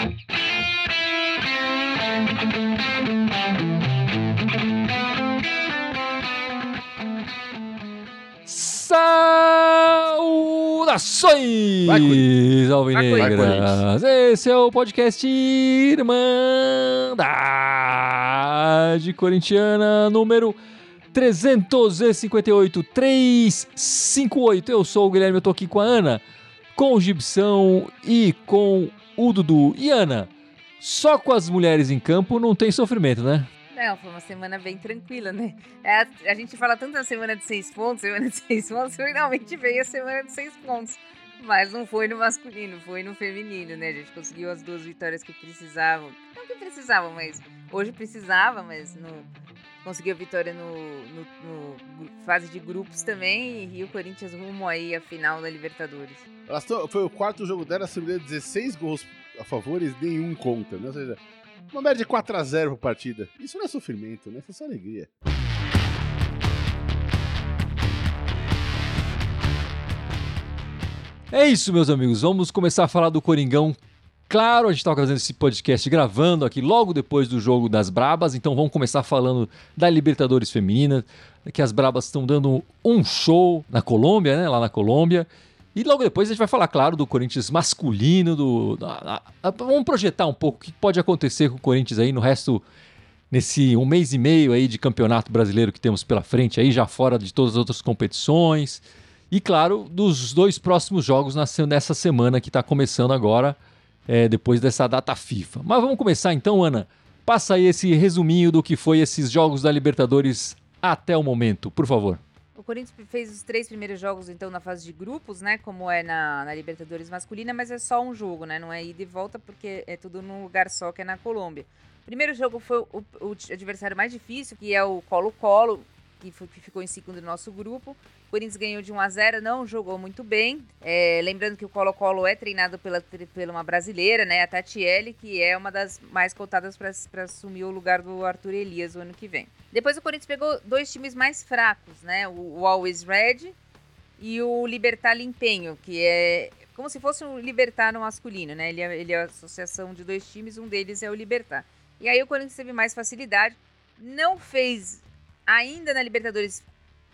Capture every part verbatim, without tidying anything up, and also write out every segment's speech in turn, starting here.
Saudações, alvinegras! Esse é o podcast Irmandade Corintiana número trezentos e cinquenta e oito, trezentos e cinquenta e oito. Eu sou o Guilherme, eu tô aqui com a Ana, com o Gibson e com o Dudu. E Ana, só com as mulheres em campo não tem sofrimento, né? Não, foi uma semana bem tranquila, né? É, a gente fala tanto na semana de seis pontos, semana de seis pontos, finalmente veio a semana de seis pontos. Mas não foi no masculino, foi no feminino, né? A gente conseguiu as duas vitórias que precisavam. Não que precisavam, mas hoje precisava, mas não conseguiu a vitória no, no, no fase de grupos também. E o Corinthians rumo aí à final da Libertadores. Elas tão, foi o quarto jogo dela, se dezesseis gols a favor e nenhum contra, né? Ou seja, uma média de quatro a zero por partida. Isso não é sofrimento, né? Isso é só alegria. É isso, meus amigos. Vamos começar a falar do Coringão. Claro, a gente estava fazendo esse podcast gravando aqui logo depois do jogo das Brabas. Então vamos começar falando da Libertadores Feminina, que as Brabas estão dando um show na Colômbia, né? Lá na Colômbia. E logo depois a gente vai falar, claro, do Corinthians masculino, do, da, da, vamos projetar um pouco o que pode acontecer com o Corinthians aí no resto, nesse um mês e meio aí de campeonato brasileiro que temos pela frente aí, já fora de todas as outras competições. E claro, dos dois próximos jogos nessa semana que está começando agora, é, depois dessa data FIFA. Mas vamos começar então, Ana. Passa aí esse resuminho do que foi esses jogos da Libertadores até o momento, por favor. O Corinthians fez os três primeiros jogos, então, na fase de grupos, né? Como é na, na Libertadores masculina, mas é só um jogo, né? Não é ida e volta, porque é tudo num lugar só, que é na Colômbia. O primeiro jogo foi o, o adversário mais difícil, que é o Colo-Colo, que, foi, que ficou em segundo do nosso grupo. O Corinthians ganhou de um a zero, não jogou muito bem. É, lembrando que o Colo-Colo é treinado pela, pela uma brasileira, né? A Tatiele, que é uma das mais cotadas para assumir o lugar do Arthur Elias o ano que vem. Depois o Corinthians pegou dois times mais fracos, né? O, o Always Red e o Libertad Limpenho, que é como se fosse um Libertad no masculino, né? Ele é, ele é a associação de dois times, um deles é o Libertad. E aí o Corinthians teve mais facilidade, não fez ainda na Libertadores,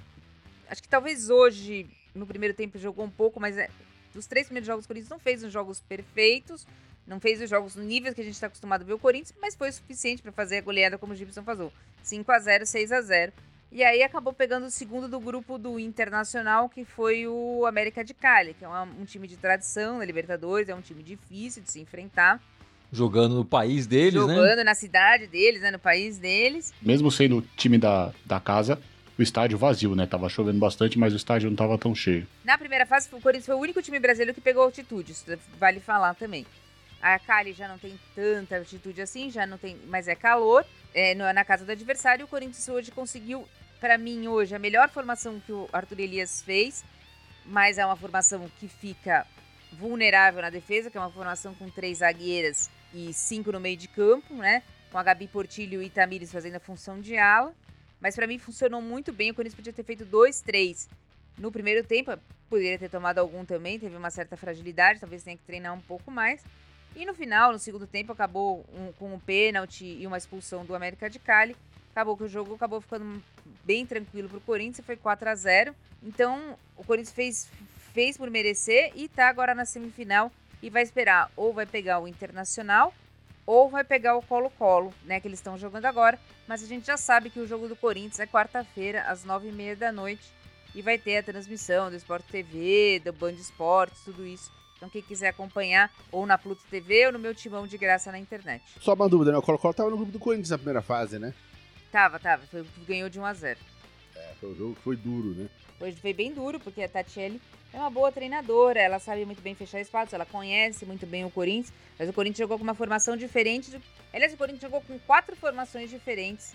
acho que talvez hoje, no primeiro tempo jogou um pouco, mas é, dos três primeiros jogos o Corinthians não fez os jogos perfeitos, não fez os jogos no nível que a gente está acostumado a ver o Corinthians, mas foi o suficiente para fazer a goleada como o Gibson fazou. cinco a zero, seis a zero. E aí acabou pegando o segundo do grupo do Internacional, que foi o América de Cali, que é uma, um time de tradição na Libertadores, é um time difícil de se enfrentar. Jogando no país deles, Jogando né? Jogando na cidade deles, né? No país deles. Mesmo sendo o time da, da casa, o estádio vazio, né? Tava chovendo bastante, mas o estádio não tava tão cheio. Na primeira fase, o Corinthians foi o único time brasileiro que pegou altitude, isso vale falar também. A Cali já não tem tanta altitude assim, já não tem, mas é calor, é, na casa do adversário. O Corinthians hoje conseguiu, para mim hoje, a melhor formação que o Arthur Elias fez, mas é uma formação que fica vulnerável na defesa, que é uma formação com três zagueiras e cinco no meio de campo, né? Com a Gabi Portillo e Tamires fazendo a função de ala. Mas para mim funcionou muito bem, o Corinthians podia ter feito dois, três no primeiro tempo, poderia ter tomado algum também, teve uma certa fragilidade, talvez tenha que treinar um pouco mais. E no final, no segundo tempo, acabou um, com um pênalti e uma expulsão do América de Cali. Acabou que o jogo acabou ficando bem tranquilo pro Corinthians, foi quatro a zero. Então, o Corinthians fez, fez por merecer e tá agora na semifinal e vai esperar, ou vai pegar o Internacional ou vai pegar o Colo-Colo, né, que eles estão jogando agora. Mas a gente já sabe que o jogo do Corinthians é quarta-feira, às nove e meia da noite, e vai ter a transmissão do Sport T V, do Band Esportes, tudo isso. Então quem quiser acompanhar, ou na Pluto T V, ou no meu timão de graça na internet. Só uma dúvida, né? O Colo-Colo tava no grupo do Corinthians na primeira fase, né? Tava, tava. Foi, ganhou de um a zero. É, foi um jogo que foi duro, né? Foi, foi bem duro, porque a Tatiele é uma boa treinadora, ela sabe muito bem fechar espaços, ela conhece muito bem o Corinthians, mas o Corinthians jogou com uma formação diferente. Do... Aliás, o Corinthians jogou com quatro formações diferentes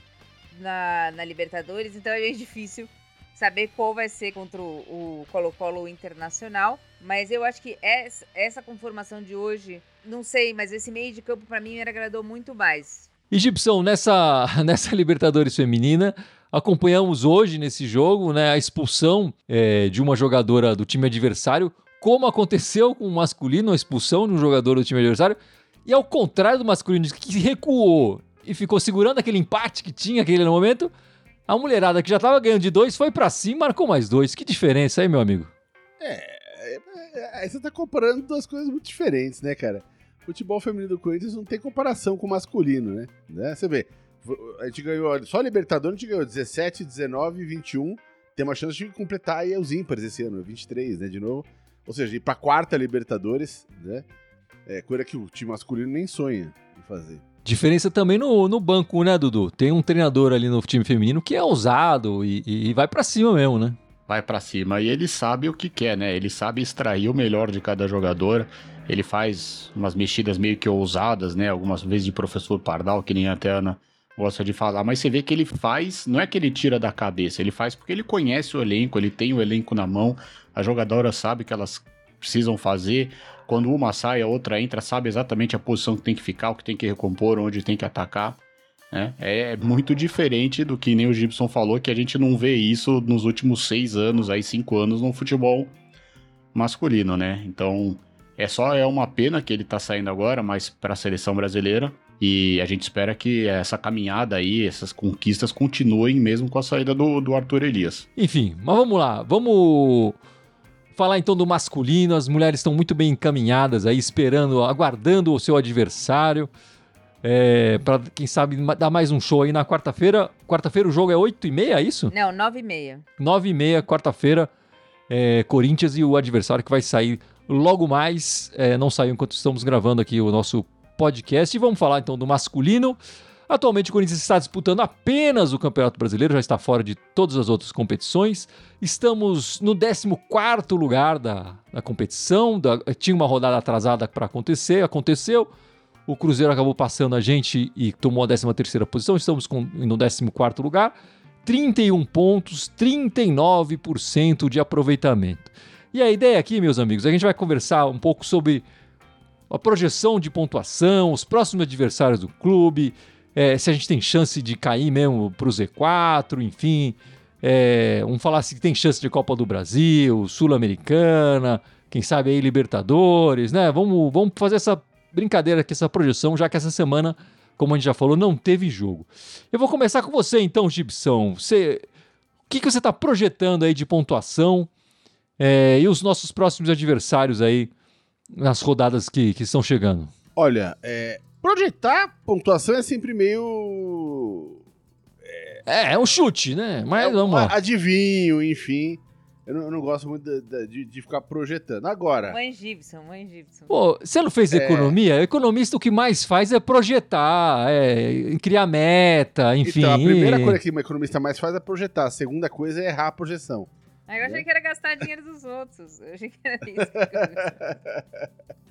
na, na Libertadores, então é bem difícil saber qual vai ser contra o, o Colo-Colo Internacional, mas eu acho que essa, essa conformação de hoje, não sei, mas esse meio de campo para mim me agradou muito mais. E Gibson, nessa, nessa Libertadores feminina, acompanhamos hoje nesse jogo, né, a expulsão é, de uma jogadora do time adversário, como aconteceu com o masculino, a expulsão de um jogador do time adversário, E ao contrário do masculino, que recuou e ficou segurando aquele empate que tinha aquele momento, a mulherada que já tava ganhando de dois foi pra cima e marcou mais dois. Que diferença aí, meu amigo? É, aí você tá comparando duas coisas muito diferentes, né, cara? Futebol feminino do Corinthians não tem comparação com o masculino, né? né? Você vê, a gente ganhou, só a Libertadores a gente ganhou dezessete, dezenove, vinte e um. Tem uma chance de completar aí os ímpares esse ano, vinte e três, né, de novo. Ou seja, ir pra quarta Libertadores, né? É coisa que o time masculino nem sonha em fazer. Diferença também no, no banco, né, Dudu? Tem um treinador ali no time feminino que é ousado e, e vai pra cima mesmo, né? Vai pra cima e ele sabe o que quer, né? Ele sabe extrair o melhor de cada jogador. Ele faz umas mexidas meio que ousadas, né? Algumas vezes de professor Pardal, que nem até a Ana gosta de falar. Mas você vê que ele faz, não é que ele tira da cabeça, ele faz porque ele conhece o elenco, ele tem o elenco na mão. A jogadora sabe que elas precisam fazer. Quando uma sai, a outra entra, sabe exatamente a posição que tem que ficar, o que tem que recompor, onde tem que atacar. Né? É muito diferente do que nem o Gibson falou, que a gente não vê isso nos últimos seis anos, aí cinco anos no futebol masculino, né? Então, é só é uma pena que ele tá saindo agora, mas para a seleção brasileira, e a gente espera que essa caminhada aí, essas conquistas continuem mesmo com a saída do, do Arthur Elias. Enfim, mas vamos lá, vamos falar então do masculino. As mulheres estão muito bem encaminhadas aí, esperando, aguardando o seu adversário. É, para quem sabe dar mais um show aí na quarta-feira. Quarta-feira o jogo é oito e meia, é isso? Não, nove e meia. nove e meia, quarta-feira, é, Corinthians e o adversário que vai sair logo mais. É, não saiu enquanto estamos gravando aqui o nosso podcast. E vamos falar então do masculino. Atualmente o Corinthians está disputando apenas o Campeonato Brasileiro, já está fora de todas as outras competições. Estamos no décimo quarto lugar da, da competição. Da, tinha uma rodada atrasada para acontecer, aconteceu. O Cruzeiro acabou passando a gente e tomou a décima terceira posição. Estamos com, no décimo quarto lugar. trinta e um pontos, trinta e nove por cento de aproveitamento. E a ideia aqui, meus amigos, a gente vai conversar um pouco sobre a projeção de pontuação, os próximos adversários do clube, é, se a gente tem chance de cair mesmo para o Z quatro, enfim. É, vamos falar se tem chance de Copa do Brasil, Sul-Americana, quem sabe aí Libertadores, né? Vamos, vamos fazer essa brincadeira aqui, essa projeção, já que essa semana, como a gente já falou, não teve jogo. Eu vou começar com você então, Gibson. Você, o que, que você está projetando aí de pontuação é, e os nossos próximos adversários aí nas rodadas que, que estão chegando? Olha, é, projetar pontuação é sempre meio... É, é um chute, né? Mas é, vamos lá. Adivinho, enfim... Eu não, eu não gosto muito de, de, de ficar projetando. Agora... Mãe Gibson, mãe Gibson. Pô, você não fez É... economia? Economista o que mais faz é projetar, é criar meta, enfim. Então, a primeira coisa que uma economista mais faz é projetar. A segunda coisa é errar a projeção. Ah, eu achei né? que era gastar dinheiro dos outros. Eu achei que era isso.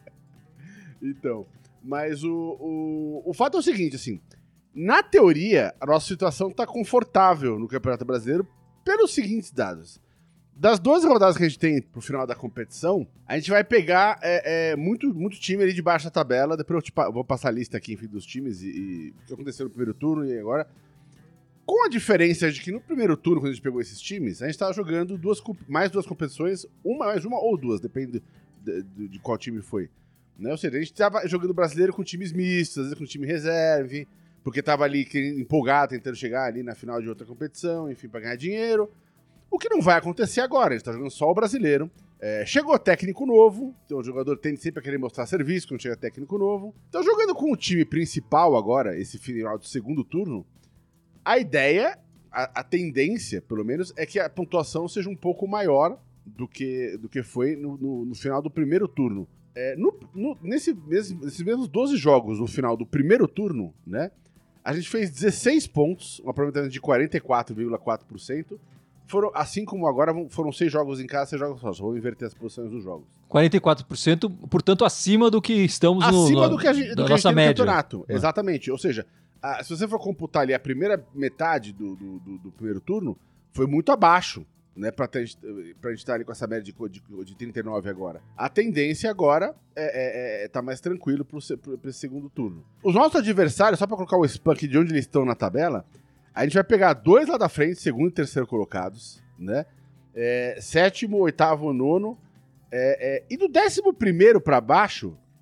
Então, mas o, o, o fato é o seguinte, assim... Na teoria, a nossa situação está confortável no Campeonato Brasileiro pelos seguintes dados. Das doze rodadas que a gente tem pro final da competição, a gente vai pegar é, é, muito, muito time ali de baixa tabela. Depois eu, te, eu vou passar a lista aqui, enfim, dos times e, e o que aconteceu no primeiro turno e agora. Com a diferença de que no primeiro turno, quando a gente pegou esses times, a gente tava jogando duas, mais duas competições, uma mais uma ou duas, depende de, de, de qual time foi. Né? Ou seja, a gente tava jogando brasileiro com times mistos, às vezes com time reserva, porque tava ali empolgado, tentando chegar ali na final de outra competição, enfim, pra ganhar dinheiro. O que não vai acontecer agora, a gente tá jogando só o brasileiro. É, chegou técnico novo, então o jogador tende sempre a querer mostrar serviço quando chega técnico novo. Então, jogando com o time principal agora, esse final do segundo turno, a ideia, a, a tendência, pelo menos, é que a pontuação seja um pouco maior do que, do que foi no, no, no final do primeiro turno. É, no, no, nesse, nesse, nesses mesmos doze jogos no final do primeiro turno, né, a gente fez dezesseis pontos, um aproveitamento de quarenta e quatro vírgula quatro por cento. Foram, assim como agora, foram seis jogos em casa, seis jogos só. Vou inverter as posições dos jogos. quarenta e quatro por cento, portanto, acima do que estamos no, acima no, do que a gente, do da que a gente nossa tem no média. campeonato. Ah. Exatamente. Ou seja, a, se você for computar ali a primeira metade do, do, do, do primeiro turno, foi muito abaixo, né? Pra, ter, pra gente estar ali com essa média de, de, de trinta e nove agora. A tendência agora é, é, é tá mais tranquilo pro, pro, pro segundo turno. Os nossos adversários, só pra colocar o spam aqui de onde eles estão na tabela, a gente vai pegar dois lá da frente, segundo e terceiro colocados, né? É, sétimo, oitavo, nono. É, é, e do décimo primeiro pra baixo,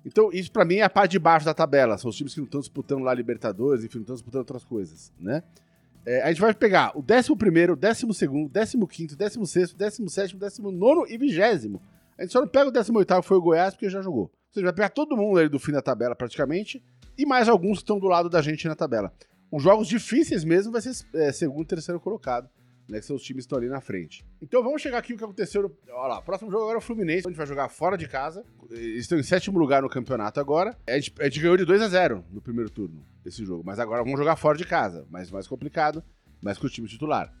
Então, isso pra mim é a parte de baixo da tabela. São os times que não estão disputando lá Libertadores, enfim, não estão disputando outras coisas, né? É, a gente vai pegar o décimo primeiro, décimo segundo, décimo quinto, décimo sexto, décimo sétimo, décimo nono e vigésimo. A gente só não pega o décimo oitavo, que foi o Goiás, porque já jogou. Ou seja, vai pegar todo mundo ali do fim da tabela, praticamente, e mais alguns que estão do lado da gente na tabela. Os jogos difíceis mesmo vai ser é, segundo e terceiro colocado, né, que são os times que estão ali na frente. Então vamos chegar aqui o que aconteceu. No... Olha lá, o próximo jogo agora é o Fluminense, a gente vai jogar fora de casa. Eles estão em sétimo lugar no campeonato agora. A gente, a gente ganhou de dois a zero no primeiro turno, esse jogo. Mas agora vamos jogar fora de casa, mas mais complicado, mas com o time titular.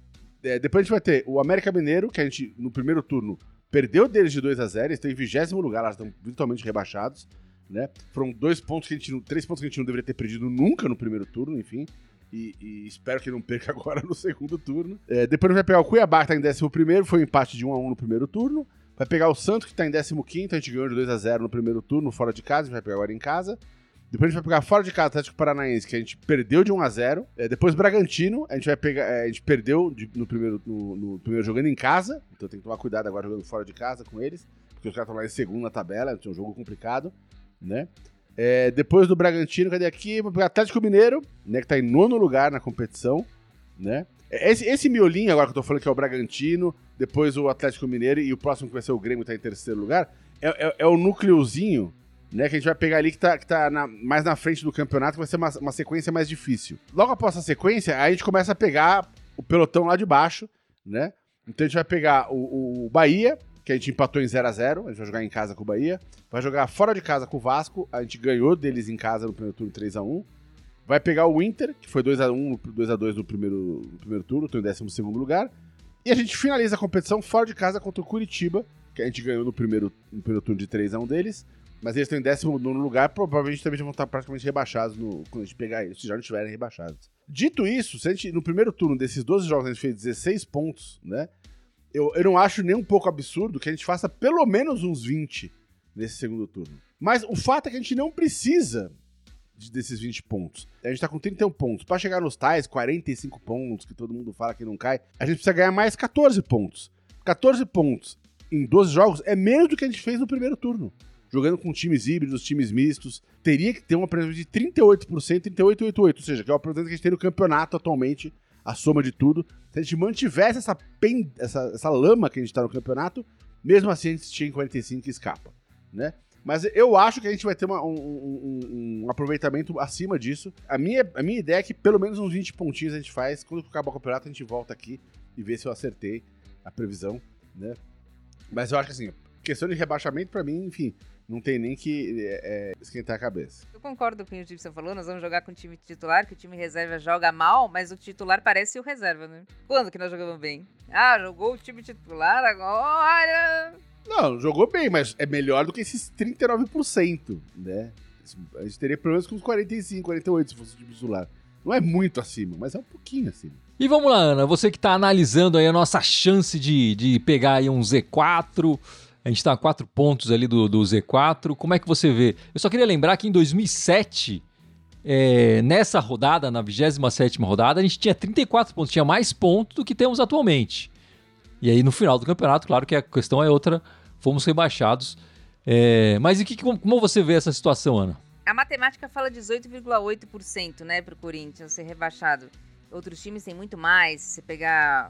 É, depois a gente vai ter o América Mineiro, que a gente, no primeiro turno, perdeu deles de dois a zero. Eles estão em vigésimo lugar, eles estão virtualmente rebaixados, né? Foram dois pontos que a gente não, três pontos que a gente não deveria ter perdido nunca no primeiro turno, enfim. E, e espero que não perca agora no segundo turno. É, depois vai pegar o Cuiabá, que tá em décimo primeiro, foi um empate de um a um no primeiro turno. Vai pegar o Santos, que tá em décimo quinto, a gente ganhou de dois a zero no primeiro turno, fora de casa, a gente vai pegar agora em casa. Depois a gente vai pegar fora de casa o Atlético Paranaense, que a gente perdeu de um a zero. É, depois Bragantino, a gente vai pegar, é, a gente perdeu de, no, primeiro, no, no primeiro jogando em casa, então tem que tomar cuidado agora jogando fora de casa com eles, porque os caras estão lá em segundo na tabela, é um jogo complicado, né? É, depois do Bragantino, cadê aqui? Vou pegar o Atlético Mineiro, né, que tá em nono lugar na competição, né? Esse, esse miolinho agora que eu tô falando que é o Bragantino, depois o Atlético Mineiro e o próximo que vai ser o Grêmio, que tá em terceiro lugar, é, é, é o núcleozinho, né, que a gente vai pegar ali que tá, que tá na, mais na frente do campeonato, que vai ser uma, uma sequência mais difícil. Logo após essa sequência, aí a gente começa a pegar o pelotão lá de baixo, né? Então a gente vai pegar o, o Bahia, que a gente empatou em zero a zero, a gente vai jogar em casa com o Bahia, vai jogar fora de casa com o Vasco, a gente ganhou deles em casa no primeiro turno três a um, vai pegar o Inter, que foi dois a um, dois a dois no primeiro, no primeiro turno, tô em décimo segundo lugar, e a gente finaliza a competição fora de casa contra o Curitiba, que a gente ganhou no primeiro, no primeiro turno de três a um deles, mas eles estão em décimo nono lugar, provavelmente também já vão estar praticamente rebaixados no, quando a gente pegar eles, se já não estiverem rebaixados. Dito isso, se a gente, no primeiro turno desses doze jogos a gente fez dezesseis pontos, né? Eu, eu não acho nem um pouco absurdo que a gente faça pelo menos uns vinte nesse segundo turno. Mas o fato é que a gente não precisa de, desses vinte pontos. A gente tá com trinta e um pontos. Pra chegar nos tais quarenta e cinco pontos, que todo mundo fala que não cai, a gente precisa ganhar mais catorze pontos. catorze pontos em doze jogos é menos do que a gente fez no primeiro turno. Jogando com times híbridos, times mistos, teria que ter uma presença de trinta e oito por cento, trinta e oito vírgula oitenta e oito por cento, ou seja, que é a presença que a gente tem no campeonato atualmente, a soma de tudo. Se a gente mantivesse essa, pen, essa, essa lama que a gente tá no campeonato, mesmo assim a gente tinha em quarenta e cinco e escapa, né? Mas eu acho que a gente vai ter uma, um, um, um aproveitamento acima disso. A minha, a minha ideia é que pelo menos uns vinte pontinhos a gente faz. Quando acabar o campeonato, a gente volta aqui e vê se eu acertei a previsão, né? Mas eu acho que assim, questão de rebaixamento, pra mim, enfim, não tem nem que é, é, esquentar a cabeça. Eu concordo com o que você falou, nós vamos jogar com o time titular, que o time reserva joga mal, mas o titular parece o reserva, né? Quando que nós jogamos bem? Ah, jogou o time titular agora... Não, jogou bem, mas é melhor do que esses trinta e nove por cento, né? A gente teria problemas com uns quarenta e cinco, quarenta e oito se fosse o time titular. Não é muito acima, mas é um pouquinho acima. E vamos lá, Ana, você que tá analisando aí a nossa chance de, de pegar aí um Z quatro... A gente está a quatro pontos ali do, do Z quatro. Como é que você vê? Eu só queria lembrar que em dois mil e sete, é, nessa rodada, na vigésima sétima rodada, a gente tinha trinta e quatro pontos, tinha mais pontos do que temos atualmente. E aí no final do campeonato, claro que a questão é outra, fomos rebaixados. É, mas e que, como você vê essa situação, Ana? A matemática fala dezoito vírgula oito por cento, né, para o Corinthians ser rebaixado. Outros times têm muito mais. Se você pegar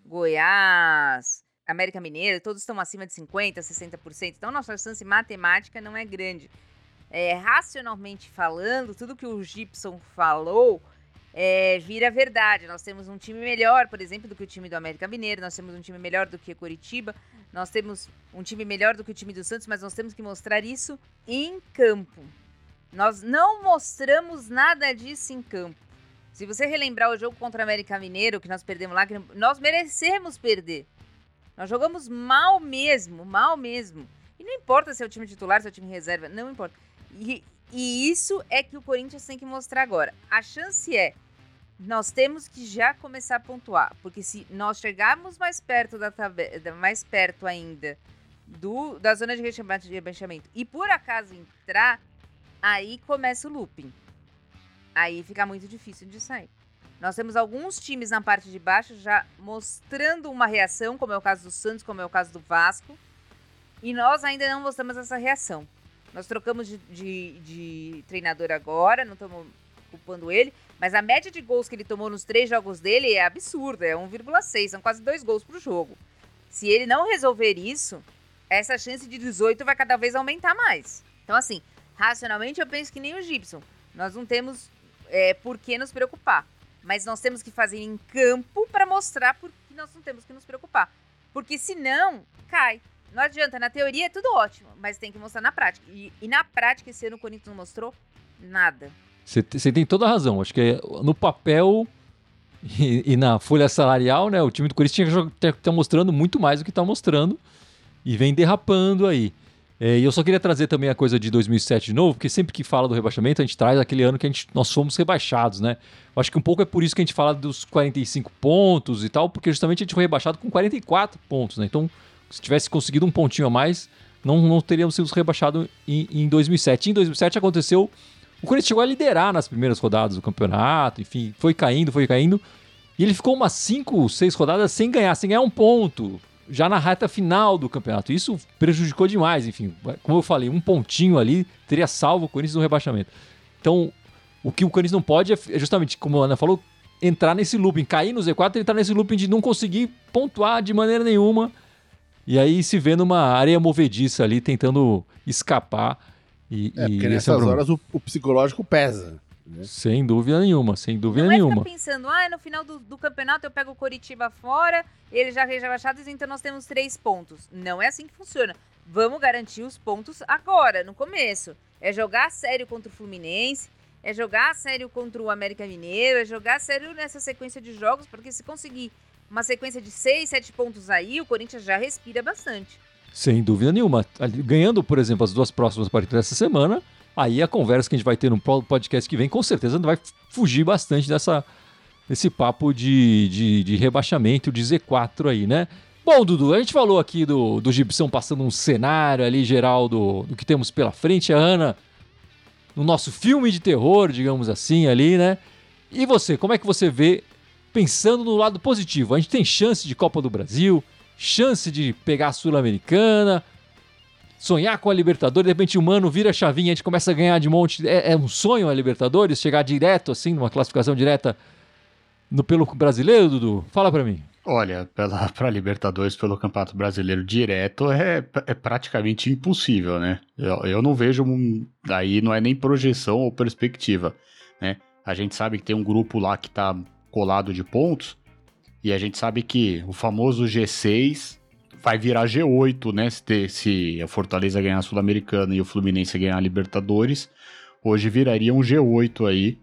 Goiás... América Mineiro, todos estão acima de cinquenta por cento, sessenta por cento. Então, nossa chance matemática não é grande. É, racionalmente falando, tudo que o Gibson falou é, vira verdade. Nós temos um time melhor, por exemplo, do que o time do América Mineiro. Nós temos um time melhor do que o Curitiba. Nós temos um time melhor do que o time do Santos, mas nós temos que mostrar isso em campo. Nós não mostramos nada disso em campo. Se você relembrar o jogo contra o América Mineiro, que nós perdemos lá, que nós merecemos perder. Nós jogamos mal mesmo, mal mesmo. E não importa se é o time titular, se é o time reserva, não importa. E, e isso é que o Corinthians tem que mostrar agora. A chance é, nós temos que já começar a pontuar. Porque se nós chegarmos mais perto, da tabela, mais perto ainda do, da zona de rebaixamento e por acaso entrar, aí começa o looping. Aí fica muito difícil de sair. Nós temos alguns times na parte de baixo já mostrando uma reação, como é o caso do Santos, como é o caso do Vasco. E nós ainda não mostramos essa reação. Nós trocamos de, de, de treinador agora, não estamos culpando ele, mas a média de gols que ele tomou nos três jogos dele é absurda, é um vírgula seis, são quase dois gols por jogo. Se ele não resolver isso, essa chance de dezoito vai cada vez aumentar mais. Então, assim, racionalmente eu penso que nem o Gibson. Nós não temos é, por que nos preocupar, mas nós temos que fazer em campo para mostrar por que nós não temos que nos preocupar. Porque senão, cai. Não adianta, na teoria é tudo ótimo, mas tem que mostrar na prática. E, e na prática, esse ano o Corinthians não mostrou nada. Você tem toda a razão. Acho que é, no papel e, e na folha salarial, né, o time do Corinthians tinha que estar mostrando muito mais do que está mostrando e vem derrapando aí. É, e eu só queria trazer também a coisa de dois mil e sete de novo, porque sempre que fala do rebaixamento, a gente traz aquele ano que a gente, nós fomos rebaixados, né? Eu acho que um pouco é por isso que a gente fala dos quarenta e cinco pontos e tal, porque justamente a gente foi rebaixado com quarenta e quatro pontos, né? Então, se tivesse conseguido um pontinho a mais, não, não teríamos sido rebaixados em, em dois mil e sete. Em dois mil e sete aconteceu... O Corinthians chegou a liderar nas primeiras rodadas do campeonato, enfim, foi caindo, foi caindo. E ele ficou umas cinco, seis rodadas sem ganhar, sem ganhar um ponto, já na reta final do campeonato. Isso prejudicou demais, enfim. Como eu falei, um pontinho ali teria salvo o Corinthians no rebaixamento. Então, o que o Corinthians não pode é justamente, como a Ana falou, entrar nesse looping, cair no Z quatro e entrar nesse looping de não conseguir pontuar de maneira nenhuma. E aí se vê numa areia movediça ali, tentando escapar. E, é, porque e nessas é horas o, o psicológico pesa. Né? Sem dúvida nenhuma, sem dúvida não nenhuma. Não é ficar pensando, ah, no final do, do campeonato eu pego o Coritiba fora, eles já rebaixados, então nós temos três pontos. Não é assim que funciona. Vamos garantir os pontos agora, no começo. É jogar a sério contra o Fluminense, é jogar a sério contra o América Mineiro, é jogar a sério nessa sequência de jogos, porque se conseguir uma sequência de seis, sete pontos aí, o Corinthians já respira bastante. Sem dúvida nenhuma. Ganhando, por exemplo, as duas próximas partidas dessa semana, aí a conversa que a gente vai ter no podcast que vem, com certeza vai fugir bastante dessa, desse papo de, de, de rebaixamento de Z quatro aí, né? Bom, Dudu, a gente falou aqui do, do Gibson passando um cenário ali geral do, do que temos pela frente. A Ana, no nosso filme de terror, digamos assim, ali, né? E você, como é que você vê, pensando no lado positivo? A gente tem chance de Copa do Brasil, chance de pegar a Sul-Americana, sonhar com a Libertadores, de repente o Mano vira a chavinha, a gente começa a ganhar de monte. É, é um sonho a Libertadores, chegar direto, assim, numa classificação direta no, pelo brasileiro, Dudu? Fala pra mim. Olha, pela, pra Libertadores, pelo Campeonato Brasileiro direto, é, é praticamente impossível, né? Eu, eu não vejo, um, daí não é nem projeção ou perspectiva, né? A gente sabe que tem um grupo lá que tá colado de pontos, e a gente sabe que o famoso G seis vai virar G oito, né? Se, ter, se a Fortaleza ganhar a Sul-Americana e o Fluminense ganhar a Libertadores, hoje viraria um G oito aí.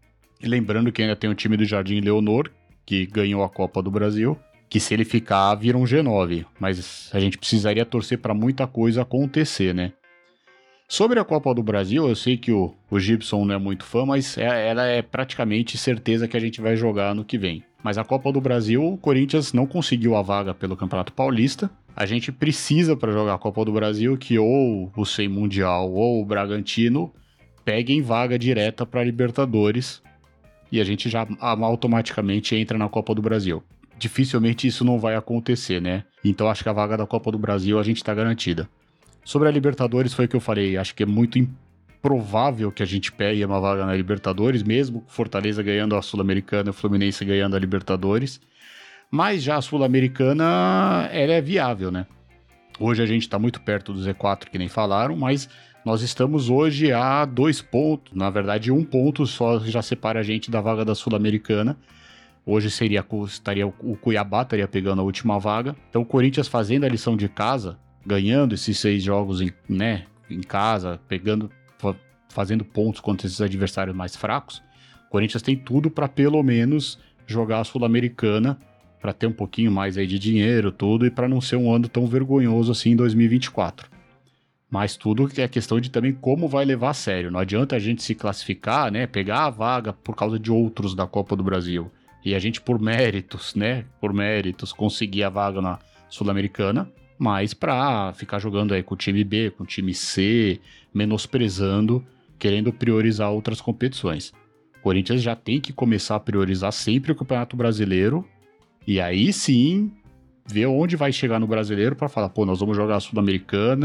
E lembrando que ainda tem o time do Jardim Leonor, que ganhou a Copa do Brasil, que se ele ficar, vira um G nove. Mas a gente precisaria torcer para muita coisa acontecer, né? Sobre a Copa do Brasil, eu sei que o, o Gibson não é muito fã, mas é, ela é praticamente certeza que a gente vai jogar no que vem. Mas a Copa do Brasil, o Corinthians não conseguiu a vaga pelo Campeonato Paulista. A gente precisa, para jogar a Copa do Brasil, que ou o Sem Mundial ou o Bragantino peguem vaga direta para a Libertadores e a gente já automaticamente entra na Copa do Brasil. Dificilmente isso não vai acontecer, né? Então acho que a vaga da Copa do Brasil a gente está garantida. Sobre a Libertadores foi o que eu falei, acho que é muito improvável que a gente pegue uma vaga na Libertadores, mesmo Fortaleza ganhando a Sul-Americana e o Fluminense ganhando a Libertadores. Mas já a Sul-Americana, ela é viável, né? Hoje a gente está muito perto do Z quatro, que nem falaram, mas nós estamos hoje a dois pontos, na verdade um ponto só já separa a gente da vaga da Sul-Americana. Hoje seria, estaria, o Cuiabá estaria pegando a última vaga. Então o Corinthians fazendo a lição de casa, ganhando esses seis jogos em, né, em casa, pegando, fazendo pontos contra esses adversários mais fracos, o Corinthians tem tudo para pelo menos jogar a Sul-Americana, para ter um pouquinho mais aí de dinheiro, tudo, e para não ser um ano tão vergonhoso assim em dois mil e vinte e quatro. Mas tudo é questão de também como vai levar a sério. Não adianta a gente se classificar, né, pegar a vaga por causa de outros da Copa do Brasil, e a gente por méritos, né, por méritos conseguir a vaga na Sul-Americana, mas para ficar jogando aí com o time B, com o time C, menosprezando, querendo priorizar outras competições. O Corinthians já tem que começar a priorizar sempre o Campeonato Brasileiro, e aí sim ver onde vai chegar no Brasileiro para falar, pô, nós vamos jogar a Sul-Americana,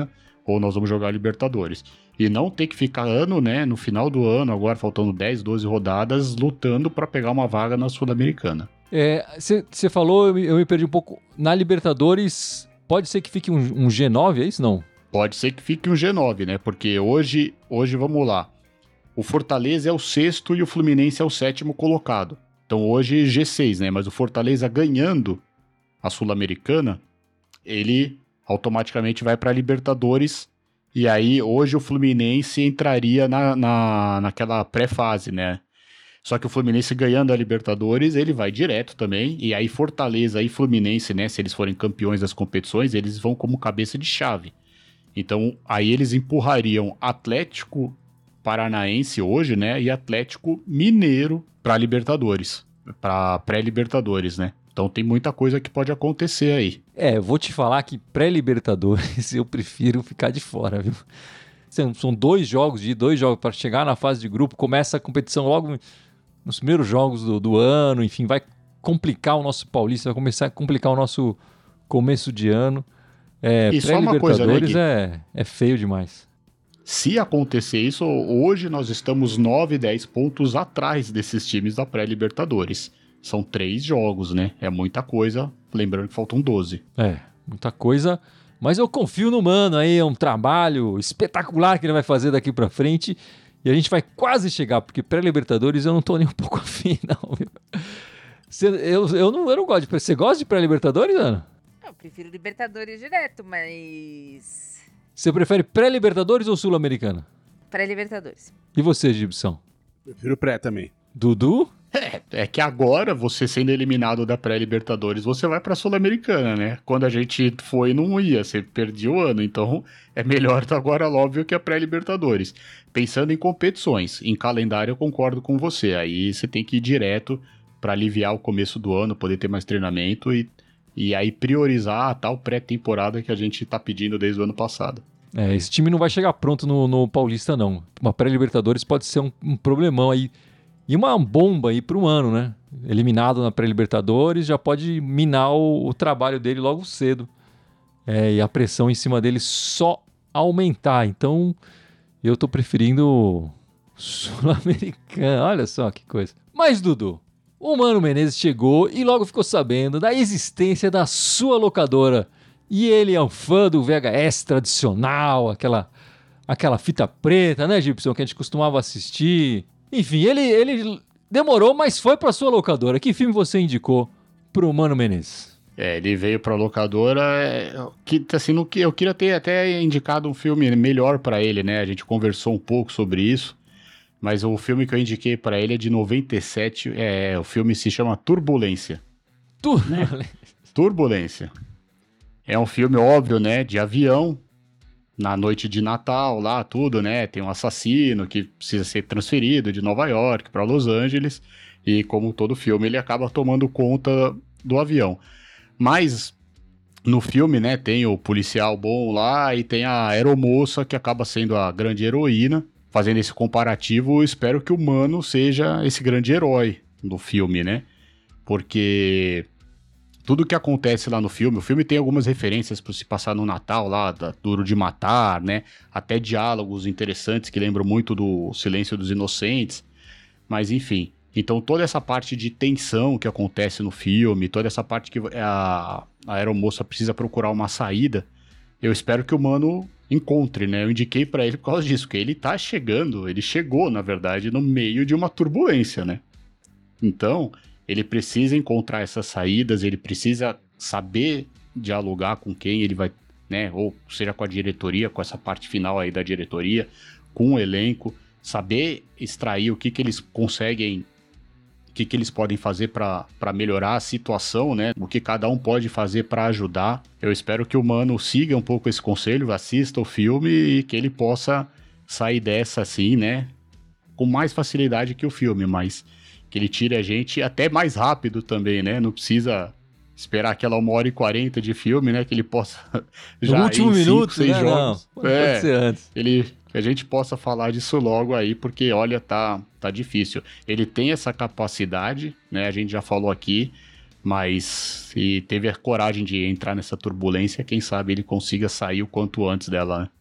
ou nós vamos jogar Libertadores. E não ter que ficar ano, né, no final do ano, agora faltando dez, doze rodadas, lutando para pegar uma vaga na Sul-Americana. Você é, falou, eu me, eu me perdi um pouco, na Libertadores, pode ser que fique um, um G nove, é isso não? Pode ser que fique um G nove, né, porque hoje, hoje vamos lá, o Fortaleza é o sexto e o Fluminense é o sétimo colocado. Então hoje G seis, né, mas o Fortaleza ganhando a Sul-Americana, ele automaticamente vai para a Libertadores. E aí, hoje o Fluminense entraria na, na, naquela pré-fase, né? Só que o Fluminense ganhando a Libertadores, ele vai direto também. E aí, Fortaleza e Fluminense, né? Se eles forem campeões das competições, eles vão como cabeça de chave. Então, aí eles empurrariam Atlético Paranaense hoje, né? E Atlético Mineiro para Libertadores. Para pré-Libertadores, né? Então tem muita coisa que pode acontecer aí. É, eu vou te falar que pré-Libertadores eu prefiro ficar de fora, viu? São, são dois jogos, de dois jogos para chegar na fase de grupo, começa a competição logo nos primeiros jogos do, do ano, enfim, vai complicar o nosso Paulista, vai começar a complicar o nosso começo de ano. É, e só uma coisa, né, Gui? é, é feio demais. Se acontecer isso, hoje nós estamos nove, dez pontos atrás desses times da pré-Libertadores. São três jogos, né? É muita coisa. Lembrando que faltam doze. É, muita coisa. Mas eu confio no Mano aí. É um trabalho espetacular que ele vai fazer daqui pra frente. E a gente vai quase chegar, porque pré-Libertadores eu não tô nem um pouco afim, não. Cê, eu, eu, não eu não gosto de... Você gosta de pré-Libertadores, Ana? Eu prefiro Libertadores direto, mas... Você prefere pré-Libertadores ou Sul-Americana? Pré-Libertadores. E você, Gibson? Prefiro pré também. Dudu? É, é que agora, você sendo eliminado da pré-Libertadores, você vai pra Sul-Americana, né? Quando a gente foi, não ia, você perdia o ano. Então, é melhor agora, óbvio, que a pré-Libertadores. Pensando em competições, em calendário, eu concordo com você. Aí você tem que ir direto pra aliviar o começo do ano, poder ter mais treinamento e, e aí priorizar a tal pré-temporada que a gente tá pedindo desde o ano passado. É, esse time não vai chegar pronto no, no Paulista, não. Uma pré-Libertadores pode ser um, um problemão aí. E uma bomba aí para um ano, né? Eliminado na pré-Libertadores, já pode minar o, o trabalho dele logo cedo. É, e a pressão em cima dele só aumentar. Então, eu tô preferindo Sul-Americana. Olha só que coisa. Mas, Dudu, o Mano Menezes chegou e logo ficou sabendo da existência da sua locadora. E ele é um fã do V H S tradicional, aquela, aquela fita preta, né, Gibson, que a gente costumava assistir... Enfim, ele, ele demorou, mas foi pra sua locadora. Que filme você indicou pro Mano Menezes? É, ele veio pra locadora, é, que, assim, no que eu queria ter até indicado um filme melhor pra ele, né? A gente conversou um pouco sobre isso, mas o filme que eu indiquei pra ele é de noventa e sete, é, o filme se chama Turbulência. Turbulência. Né? Turbulência. É um filme, óbvio, né, de avião, na noite de Natal, lá, tudo, né? Tem um assassino que precisa ser transferido de Nova York para Los Angeles. E como todo filme, ele acaba tomando conta do avião. Mas no filme, né, tem o policial bom lá e tem a aeromoça que acaba sendo a grande heroína. Fazendo esse comparativo, eu espero que o Mano seja esse grande herói do filme, né? Porque... tudo que acontece lá no filme, o filme tem algumas referências para se passar no Natal, lá, da Duro de Matar, né? Até diálogos interessantes que lembram muito do Silêncio dos Inocentes. Mas, enfim. Então, toda essa parte de tensão que acontece no filme, toda essa parte que a, a aeromoça precisa procurar uma saída, eu espero que o Mano encontre, né? Eu indiquei para ele por causa disso, que ele tá chegando, ele chegou, na verdade, no meio de uma turbulência, né? Então... ele precisa encontrar essas saídas, ele precisa saber dialogar com quem ele vai, né, ou seja com a diretoria, com essa parte final aí da diretoria, com o elenco, saber extrair o que, que eles conseguem, o que, que eles podem fazer para melhorar a situação, né, o que cada um pode fazer para ajudar. Eu espero que o Mano siga um pouco esse conselho, assista o filme e que ele possa sair dessa assim, né, com mais facilidade que o filme, mas... que ele tire a gente até mais rápido também, né? Não precisa esperar aquela uma hora e quarenta de filme, né? Que ele possa já no último em minuto, cinco, seis né? jogos. Não, é, pode ser antes. Ele, que a gente possa falar disso logo aí, porque, olha, tá, tá difícil. Ele tem essa capacidade, né? A gente já falou aqui, mas se teve a coragem de entrar nessa turbulência, quem sabe ele consiga sair o quanto antes dela, né?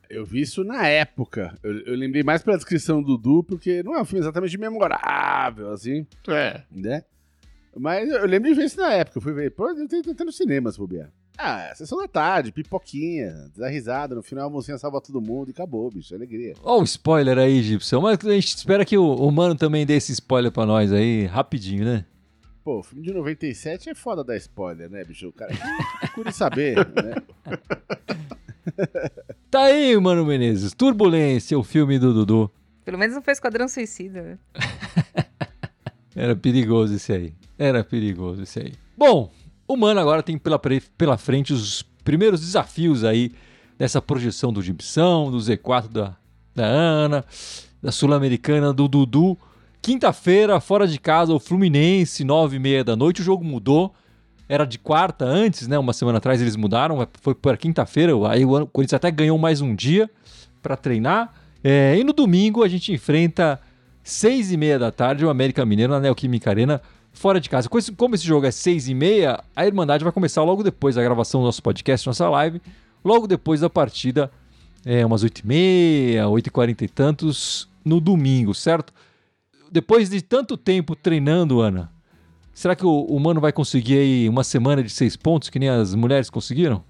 Eu vi isso na época. Eu, eu lembrei mais pela descrição do Dudu, porque não é um filme exatamente memorável, assim. É. Né? Mas eu lembro de ver isso na época. Eu fui ver. Pô, eu tentei no cinema, se bobear. Ah, sessão da tarde, pipoquinha, dar risada. No final a mocinha salva todo mundo e acabou, bicho. Alegria. Ó o spoiler aí, Gibson. Mas a gente espera que o, o Mano também dê esse spoiler pra nós aí, rapidinho, né? Pô, o filme de noventa e sete é foda dar spoiler, né, bicho? O cara procura saber, né? Tá aí, Mano Menezes. Turbulência, o filme do Dudu. Pelo menos não foi Esquadrão Suicida, né? Era perigoso esse aí. Era perigoso esse aí. Bom, o Mano agora tem pela, pela frente os primeiros desafios aí dessa projeção do Gibson, do Z quatro da, da Ana, da Sul-Americana do Dudu. Quinta-feira, fora de casa, o Fluminense, nove e meia da noite. O jogo mudou. Era de quarta antes, né? Uma semana atrás eles mudaram. Foi para quinta-feira. Aí o Corinthians até ganhou mais um dia para treinar. É, e no domingo a gente enfrenta seis e meia da tarde o América Mineiro na Neoquímica Arena, fora de casa. Como esse jogo é seis e meia, a Irmandade vai começar logo depois da gravação do nosso podcast, nossa live. Logo depois da partida, é, umas oito e meia, oito e quarenta e tantos, no domingo, certo? Depois de tanto tempo treinando, Ana, será que o, o Mano vai conseguir aí uma semana de seis pontos, que nem as mulheres conseguiram?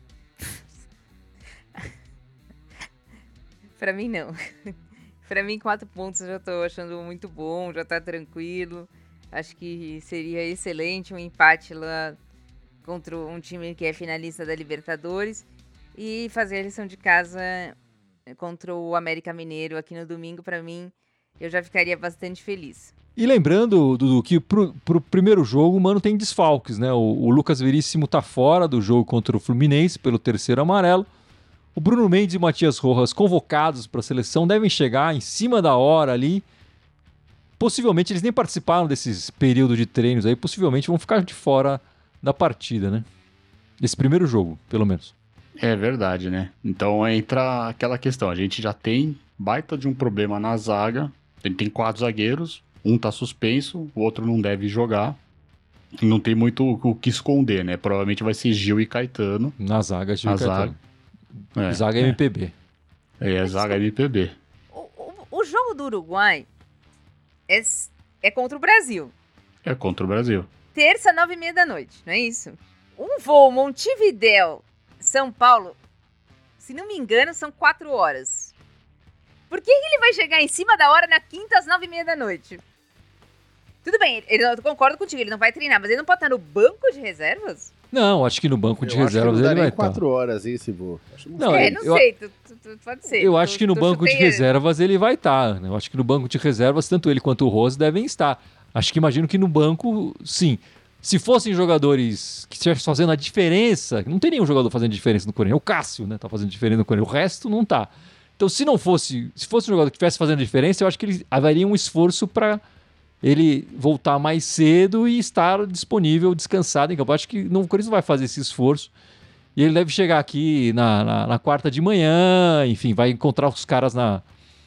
Pra mim, não. Pra mim, quatro pontos eu já tô achando muito bom, já tá tranquilo. Acho que seria excelente um empate lá contra um time que é finalista da Libertadores e fazer a lição de casa contra o América Mineiro aqui no domingo, pra mim, eu já ficaria bastante feliz. E lembrando, Dudu, que pro, pro primeiro jogo o Mano tem desfalques, né? O, o Lucas Veríssimo tá fora do jogo contra o Fluminense pelo terceiro amarelo. O Bruno Mendes e o Matias Rojas, convocados para a seleção, devem chegar em cima da hora ali. Possivelmente, eles nem participaram desses períodos de treinos aí, possivelmente vão ficar de fora da partida, né? Desse primeiro jogo, pelo menos. É verdade, né? Então entra aquela questão, a gente já tem baita de um problema na zaga, a gente tem quatro zagueiros, um tá suspenso, o outro não deve jogar, não tem muito o que esconder, né? Provavelmente vai ser Gil e Caetano. Na zaga, Gil na e Caetano. Zaga. É, zaga é. M P B. É, é zaga M P B. O, o, o jogo do Uruguai é, é contra o Brasil. É contra o Brasil. Terça, nove e meia da noite, não é isso? Um voo Montevidéu, São Paulo, se não me engano, são quatro horas. Por que ele vai chegar em cima da hora na quinta às nove e meia da noite? Tudo bem, ele, eu concordo contigo, ele não vai treinar, mas ele não pode estar no banco de reservas? Não, acho que no banco de eu reservas acho que não ele dá vai nem estar. quatro horas esse voo. Acho Não, é, eu- não eu- sei, tu, tu, tu, pode ser. Eu Tu- acho que no tu banco de chutei- reservas ele vai estar. né? Eu acho que no banco de reservas, tanto ele quanto o Rose devem estar. Acho que imagino que no banco, sim. Se fossem jogadores que estivessem fazendo a diferença, não tem nenhum jogador fazendo diferença no Corinthians. O Cássio, né, tá fazendo diferença no Corinthians. O resto não tá. Então, se não fosse, se fosse um jogador que estivesse fazendo diferença, eu acho que ele haveria um esforço para ele voltar mais cedo e estar disponível, descansado em campo. Eu acho que não, o Corinthians não vai fazer esse esforço. E ele deve chegar aqui na, na, na quarta de manhã, enfim, vai encontrar os caras na,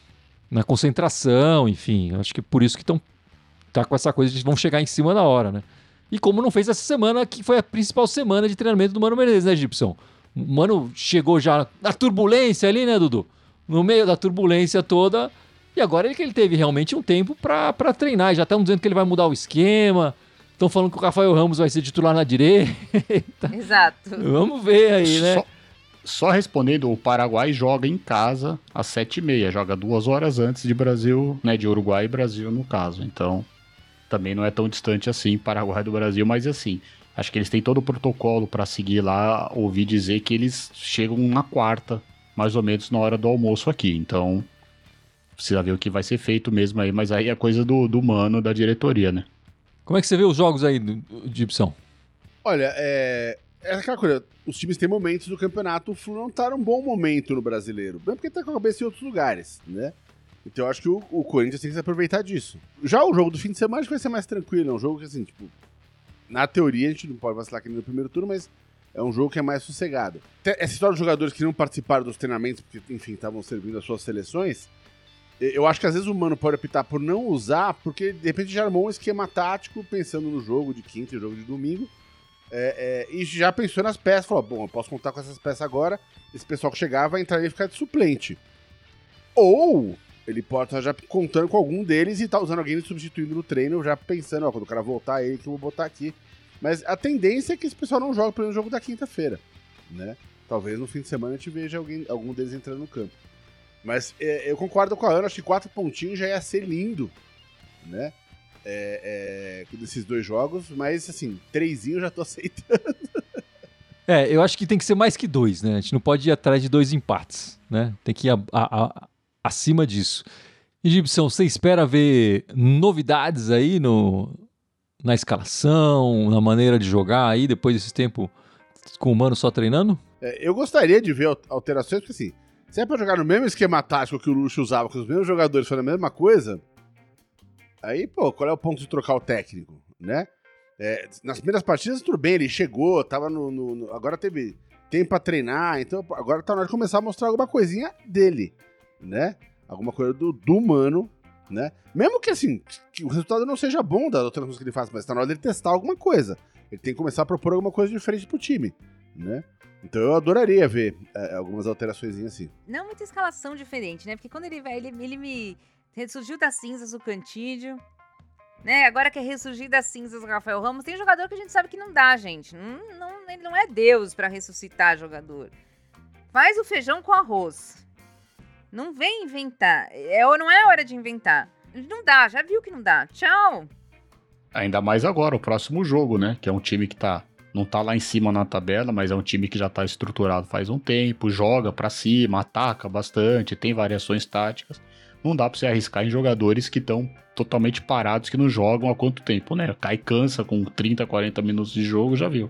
na concentração, enfim. Acho que é por isso que estão tá com essa coisa de vão chegar em cima da hora, né? E como não fez essa semana, que foi a principal semana de treinamento do Mano Menezes, né, Gibson? O Mano chegou já na turbulência ali, né, Dudu? No meio da turbulência toda. E agora ele que ele teve realmente um tempo pra, pra treinar. Já estão dizendo que ele vai mudar o esquema. Estão falando que o Rafael Ramos vai ser titular na direita. Exato. Vamos ver aí, né? Só, só respondendo, o Paraguai joga em casa às sete e meia, joga duas horas antes de Brasil, né, de Uruguai e Brasil no caso. Então, também não é tão distante assim, Paraguai do Brasil, mas assim, acho que eles têm todo o protocolo para seguir lá. Ouvi dizer que eles chegam na quarta, mais ou menos na hora do almoço aqui. Então, precisa ver o que vai ser feito mesmo aí, mas aí é coisa do, do Mano, da diretoria, né? Como é que você vê os jogos aí, Gibson? Olha, é... é aquela coisa, os times têm momentos do campeonato, o Flu não tá num bom momento no brasileiro, bem porque tá com a cabeça em outros lugares, né? Então eu acho que o, o Corinthians tem que se aproveitar disso. Já o jogo do fim de semana acho que vai ser mais tranquilo, é um jogo que assim, tipo, na teoria a gente não pode vacilar aqui no primeiro turno, mas é um jogo que é mais sossegado. Essa história dos jogadores que não participaram dos treinamentos, porque, enfim, estavam servindo as suas seleções, eu acho que às vezes o Mano pode optar por não usar, porque de repente já armou um esquema tático pensando no jogo de quinta e jogo de domingo, É, é, e já pensou nas peças, falou, bom, eu posso contar com essas peças agora, esse pessoal que chegar vai entrar e ficar de suplente. Ou ele pode estar já contando com algum deles e tá usando alguém substituindo no treino, já pensando, ó, quando o cara voltar, ele que eu vou botar aqui. Mas a tendência é que esse pessoal não joga pelo jogo da quinta-feira, né? Talvez no fim de semana a gente veja alguém, algum deles entrando no campo. Mas é, eu concordo com a Ana, acho que quatro pontinhos já ia ser lindo, né? É, é, desses dois jogos, mas assim, trêsinho eu já tô aceitando. É, eu acho que tem que ser mais que dois, né? A gente não pode ir atrás de dois empates, né? Tem que ir a, a, a, acima disso. E, Gibson, você espera ver novidades aí no, na escalação, na maneira de jogar aí, depois desse tempo com o Mano só treinando? É, eu gostaria de ver alterações, porque assim, se é pra jogar no mesmo esquema tático que o Lucho usava, com os mesmos jogadores fazendo a mesma coisa, aí, pô, qual é o ponto de trocar o técnico, né? É, nas primeiras partidas, tudo bem, ele chegou, tava no, no, no... Agora teve tempo pra treinar, então agora tá na hora de começar a mostrar alguma coisinha dele, né? Alguma coisa do, do Mano, né? Mesmo que, assim, que o resultado não seja bom das outras coisas que ele faz, mas tá na hora dele testar alguma coisa. Ele tem que começar a propor alguma coisa diferente pro time, né? Então eu adoraria ver é, algumas alterações assim. Não muita escalação diferente, né? Porque quando ele vai, ele, ele me ressurgiu das cinzas o Cantídio, né? Agora que é ressurgir das cinzas o Rafael Ramos, tem jogador que a gente sabe que não dá, gente. Não, não, ele não é Deus pra ressuscitar jogador. Faz o feijão com arroz. Não vem inventar. É, não é hora de inventar. Não dá, já viu que não dá. Tchau. Ainda mais agora, o próximo jogo, né? Que é um time que tá, não tá lá em cima na tabela, mas é um time que já tá estruturado faz um tempo, joga pra cima, ataca bastante, tem variações táticas. Não dá pra você arriscar em jogadores que estão totalmente parados, que não jogam há quanto tempo, né? Cai cansa com trinta, quarenta minutos de jogo, já viu.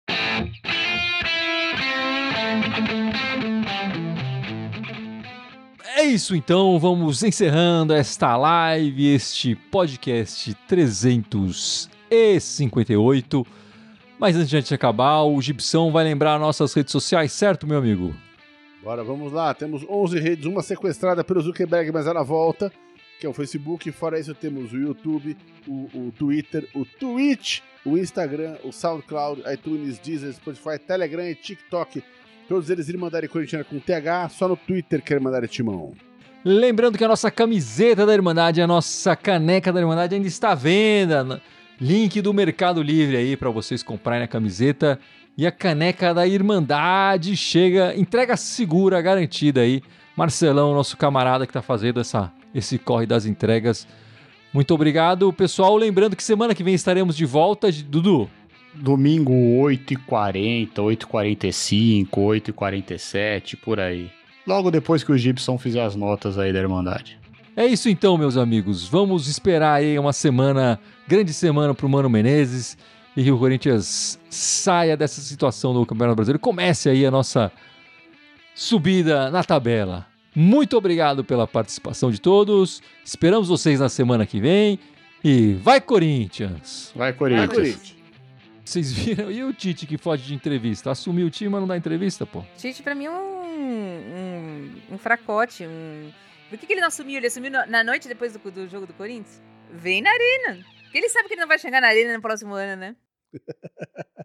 É isso então, vamos encerrando esta live, este podcast trezentos e cinquenta e oito. Mas antes de a gente acabar, o Gibson vai lembrar nossas redes sociais, certo, meu amigo? Bora, vamos lá. Temos onze redes, uma sequestrada pelo Zuckerberg, mas ela volta, que é o Facebook. Fora isso, temos o YouTube, o, o Twitter, o Twitch, o Instagram, o SoundCloud, iTunes, Deezer, Spotify, Telegram e TikTok. Todos eles Irmandade Corintiana com T H, só no Twitter que é Irmandade Timão. Lembrando que a nossa camiseta da Irmandade, a nossa caneca da Irmandade ainda está à venda. Link do Mercado Livre aí para vocês comprarem a camiseta. E a caneca da Irmandade chega, entrega segura, garantida aí. Marcelão, nosso camarada que está fazendo essa, esse corre das entregas. Muito obrigado, pessoal. Lembrando que semana que vem estaremos de volta, Dudu. Domingo oito e quarenta, oito e quarenta e cinco, oito e quarenta e sete, por aí. Logo depois que o Gibson fizer as notas aí da Irmandade. É isso então, meus amigos. Vamos esperar aí uma semana, grande semana pro Mano Menezes e que o Corinthians saia dessa situação do Campeonato Brasileiro. Comece aí a nossa subida na tabela. Muito obrigado pela participação de todos. Esperamos vocês na semana que vem. E vai, Corinthians! Vai, Corinthians! Vai, Corinthians. Vocês viram? E o Tite que foge de entrevista? Assumiu o time, mas não dá entrevista, pô? Tite, pra mim, é um, um, um fracote. Um... Por que, que ele não assumiu? Ele assumiu na noite depois do, do jogo do Corinthians? Vem na arena. Porque ele sabe que ele não vai chegar na arena no próximo ano, né?